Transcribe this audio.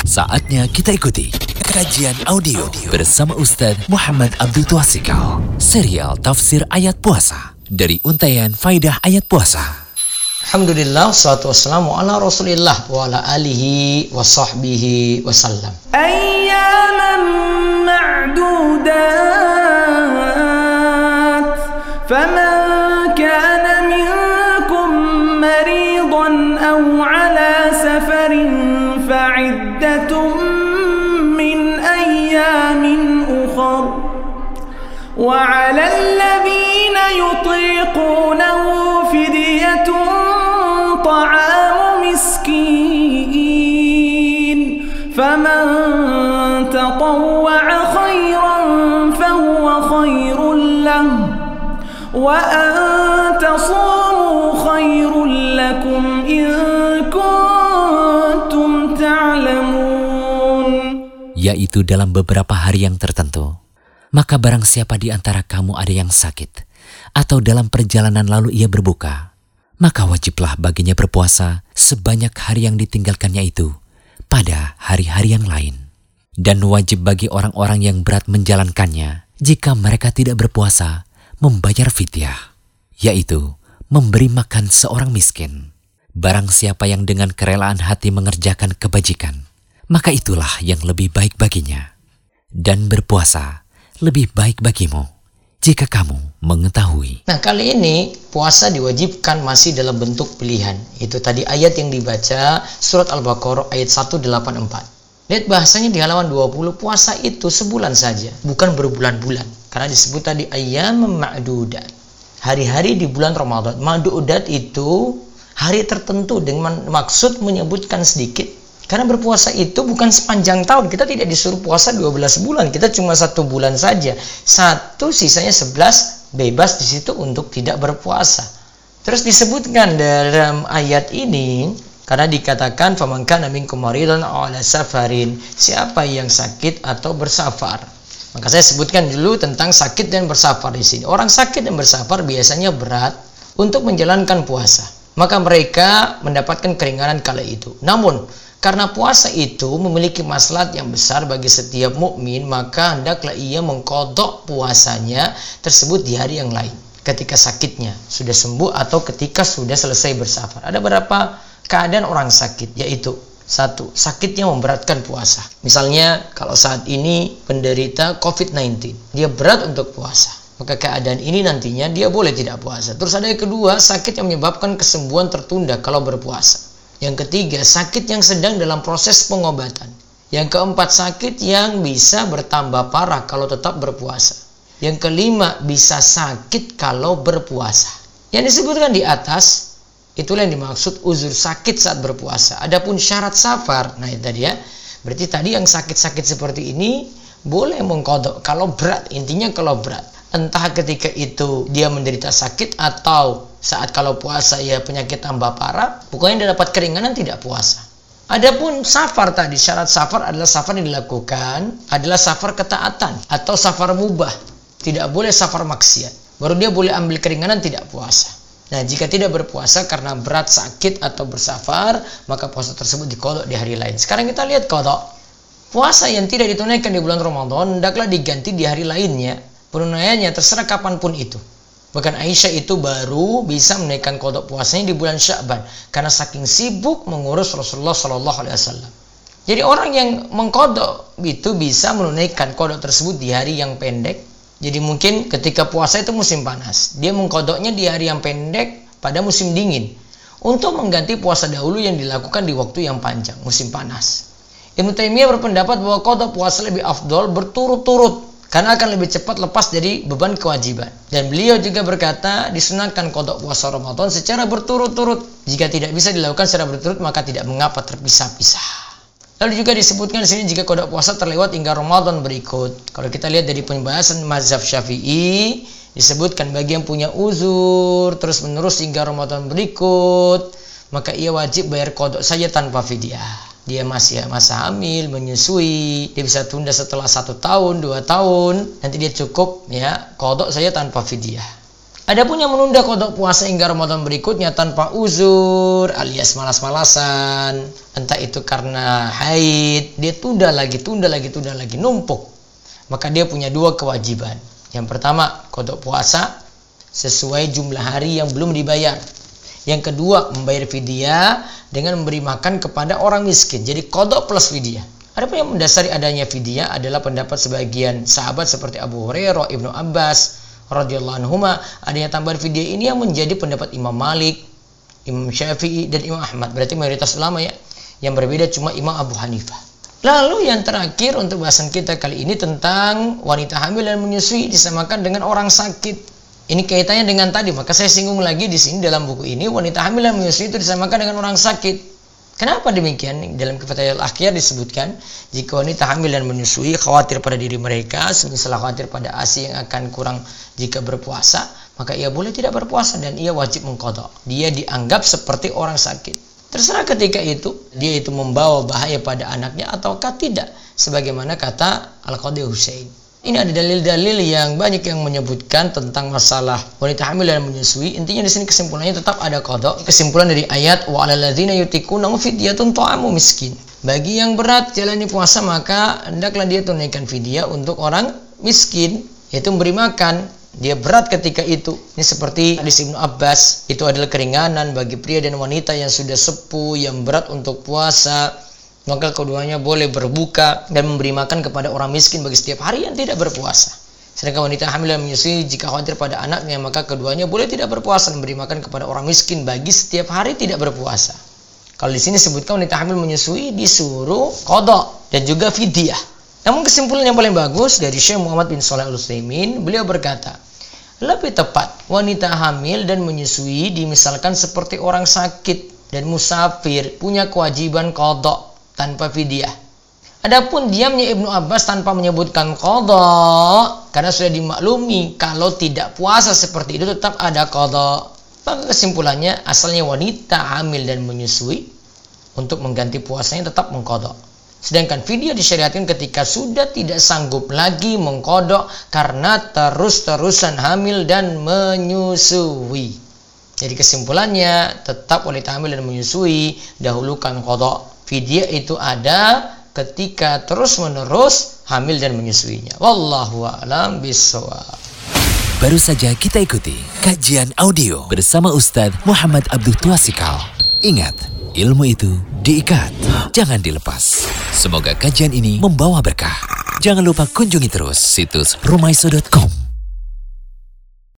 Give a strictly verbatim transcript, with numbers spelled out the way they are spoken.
Saatnya kita ikuti kajian audio bersama Ustaz Muhammad Abdul Twasikal. Serial Tafsir Ayat Puasa dari Untaian Faidah Ayat Puasa. Alhamdulillah, wassalatu wassalamu ala Rasulillah wa ala alihi wa sahbihi wasallam. Ayyaman ma'dudat, faman kana minkum maridan aw ala safarin fa'iddatun min ayyamin ukhar wa 'alal ladhina yutiqunahu fidyatun طعام مسكين فمن تطوع خيرا فهو خير له وأن تصوموا خير لكم إن كنتم تعلمون. Yaitu dalam beberapa hari yang tertentu. Maka barang siapa di antara kamu ada yang sakit atau dalam perjalanan lalu ia berbuka, maka wajiblah baginya berpuasa sebanyak hari yang ditinggalkannya itu pada hari-hari yang lain. Dan wajib bagi orang-orang yang berat menjalankannya, jika mereka tidak berpuasa, membayar fidyah, yaitu memberi makan seorang miskin. Barang siapa yang dengan kerelaan hati mengerjakan kebajikan, maka itulah yang lebih baik baginya. Dan berpuasa lebih baik bagimu jika kamu mengetahui. Nah, kali ini puasa diwajibkan masih dalam bentuk pilihan. Itu tadi ayat yang dibaca surat Al-Baqarah ayat seratus delapan puluh empat. Lihat bahasanya di halaman dua puluh, puasa itu sebulan saja, bukan berbulan-bulan. Karena disebut tadi ayyam ma'dudat, hari-hari di bulan Ramadan. Ma'dudat itu hari tertentu dengan maksud menyebutkan sedikit. Karena berpuasa itu bukan sepanjang tahun. Kita tidak disuruh puasa dua belas bulan. Kita cuma satu bulan saja. Satu, sisanya sebelas, bebas di situ untuk tidak berpuasa. Terus disebutkan dalam ayat ini, karena dikatakan faman kana minkum maridan aw ala safarin, siapa yang sakit atau bersafar. Maka saya sebutkan dulu tentang sakit dan bersafar di sini. Orang sakit dan bersafar biasanya berat untuk menjalankan puasa. Maka mereka mendapatkan keringanan kala itu. Namun karena puasa itu memiliki maslahat yang besar bagi setiap mukmin, maka hendaklah ia mengqadha puasanya tersebut di hari yang lain, ketika sakitnya sudah sembuh atau ketika sudah selesai bersafar. Ada beberapa keadaan orang sakit, yaitu satu, sakitnya memberatkan puasa. Misalnya kalau saat ini penderita covid sembilan belas, dia berat untuk puasa, maka keadaan ini nantinya dia boleh tidak puasa. Terus ada yang kedua, sakit yang menyebabkan kesembuhan tertunda kalau berpuasa. Yang ketiga, sakit yang sedang dalam proses pengobatan. Yang keempat, sakit yang bisa bertambah parah kalau tetap berpuasa. Yang kelima, bisa sakit kalau berpuasa. Yang disebutkan di atas, itulah yang dimaksud uzur sakit saat berpuasa. Adapun syarat safar, nah itu tadi ya. Berarti tadi yang sakit-sakit seperti ini boleh mengqadha kalau berat. Intinya kalau berat, entah ketika itu dia menderita sakit atau saat kalau puasa ya penyakit tambah parah, pokoknya dia dapat keringanan tidak puasa. Adapun safar tadi, syarat safar adalah safar yang dilakukan adalah safar ketaatan atau safar mubah. Tidak boleh safar maksiat. Baru dia boleh ambil keringanan tidak puasa. Nah, jika tidak berpuasa karena berat sakit atau bersafar, maka puasa tersebut diqadha di hari lain. Sekarang kita lihat qadha. Puasa yang tidak ditunaikan di bulan Ramadan hendaklah diganti di hari lainnya. Penunaiannya terserah kapanpun itu. Bahkan Aisyah itu baru bisa menaikkan qadha puasanya di bulan Sya'ban karena saking sibuk mengurus Rasulullah Shallallahu Alaihi Wasallam. Jadi orang yang mengqadha itu bisa menunaikan qadha tersebut di hari yang pendek. Jadi mungkin ketika puasa itu musim panas, dia mengqadhanya di hari yang pendek pada musim dingin untuk mengganti puasa dahulu yang dilakukan di waktu yang panjang, musim panas. Ibnu Taimiyah berpendapat bahwa qadha puasa lebih afdol berturut-turut, karena akan lebih cepat lepas dari beban kewajiban. Dan beliau juga berkata, disunatkan qadha puasa Ramadan secara berturut-turut. Jika tidak bisa dilakukan secara berturut, maka tidak mengapa terpisah-pisah. Lalu juga disebutkan di sini jika qadha puasa terlewat hingga Ramadan berikut. Kalau kita lihat dari pembahasan mazhab Syafi'i, disebutkan bagi yang punya uzur terus-menerus hingga Ramadan berikut, maka ia wajib bayar qadha saja tanpa fidyah. Dia masih masa hamil, menyusui, dia bisa tunda setelah satu tahun, dua tahun, nanti dia cukup ya qadha saja tanpa fidyah. Adapun yang menunda qada puasa hingga Ramadan berikutnya tanpa uzur alias malas-malasan, entah itu karena haid, dia tunda lagi, tunda lagi, tunda lagi, numpuk. Maka dia punya dua kewajiban. Yang pertama, qada puasa sesuai jumlah hari yang belum dibayar. Yang kedua, membayar fidyah dengan memberi makan kepada orang miskin. Jadi qada plus fidyah. Adapun yang mendasari adanya fidyah adalah pendapat sebagian sahabat seperti Abu Hurairah, Ibnu Abbas radhiyallahu anhuma. Adanya tambahan fidyah ini yang menjadi pendapat Imam Malik, Imam Syafi'i dan Imam Ahmad. Berarti mayoritas ulama ya. Yang berbeda cuma Imam Abu Hanifah. Lalu yang terakhir untuk bahasan kita kali ini tentang wanita hamil dan menyusui disamakan dengan orang sakit. Ini kaitannya dengan tadi, maka saya singgung lagi di sini dalam buku ini, wanita hamil dan menyusui itu disamakan dengan orang sakit. Kenapa demikian? Dalam Kifayatul Akhir disebutkan, jika wanita hamil dan menyusui khawatir pada diri mereka, semisal khawatir pada A S I yang akan kurang jika berpuasa, maka ia boleh tidak berpuasa dan ia wajib mengqadha. Dia dianggap seperti orang sakit. Terserah ketika itu, dia itu membawa bahaya pada anaknya ataukah tidak. Sebagaimana kata Al-Qadhi Husain. Ini ada dalil-dalil yang banyak yang menyebutkan tentang masalah wanita hamil dan menyusui. Intinya di sini kesimpulannya tetap ada qadha. Kesimpulan dari ayat wa 'alal ladzina yutiqunahu fidyatun ta'amu miskin. Bagi yang berat jalani puasa maka hendaklah dia tunaikan fidyah untuk orang miskin, yaitu memberi makan. Dia berat ketika itu. Ini seperti hadis Ibnu Abbas, itu adalah keringanan bagi pria dan wanita yang sudah sepuh, yang berat untuk puasa. Maka keduanya boleh berbuka dan memberi makan kepada orang miskin bagi setiap hari yang tidak berpuasa. Sedangkan wanita hamil dan menyusui jika khawatir pada anaknya, maka keduanya boleh tidak berpuasa dan memberi makan kepada orang miskin bagi setiap hari tidak berpuasa. Kalau di sini sebutkan wanita hamil menyusui disuruh qadha dan juga fidyah. Namun kesimpulan yang paling bagus dari Syekh Muhammad bin Shalih Al-Utsaimin, beliau berkata, lebih tepat wanita hamil dan menyusui dimisalkan seperti orang sakit dan musafir, punya kewajiban qadha tanpa fidyah. Adapun diamnya Ibnu Abbas tanpa menyebutkan qadha, karena sudah dimaklumi kalau tidak puasa seperti itu tetap ada qadha. Maka kesimpulannya asalnya wanita hamil dan menyusui untuk mengganti puasanya tetap mengqadha. Sedangkan fidyah disyariatkan ketika sudah tidak sanggup lagi mengqadha karena terus-terusan hamil dan menyusui. Jadi kesimpulannya tetap wanita hamil dan menyusui dahulukan qadha. Fidyah itu ada ketika terus-menerus hamil dan menyusuinya. Wallahu a'lam bishawab. Baru saja kita ikuti kajian audio bersama Ustadz Muhammad Abdul Twasikal. Ingat, ilmu itu diikat, jangan dilepas. Semoga kajian ini membawa berkah. Jangan lupa kunjungi terus situs rumaiso dot com.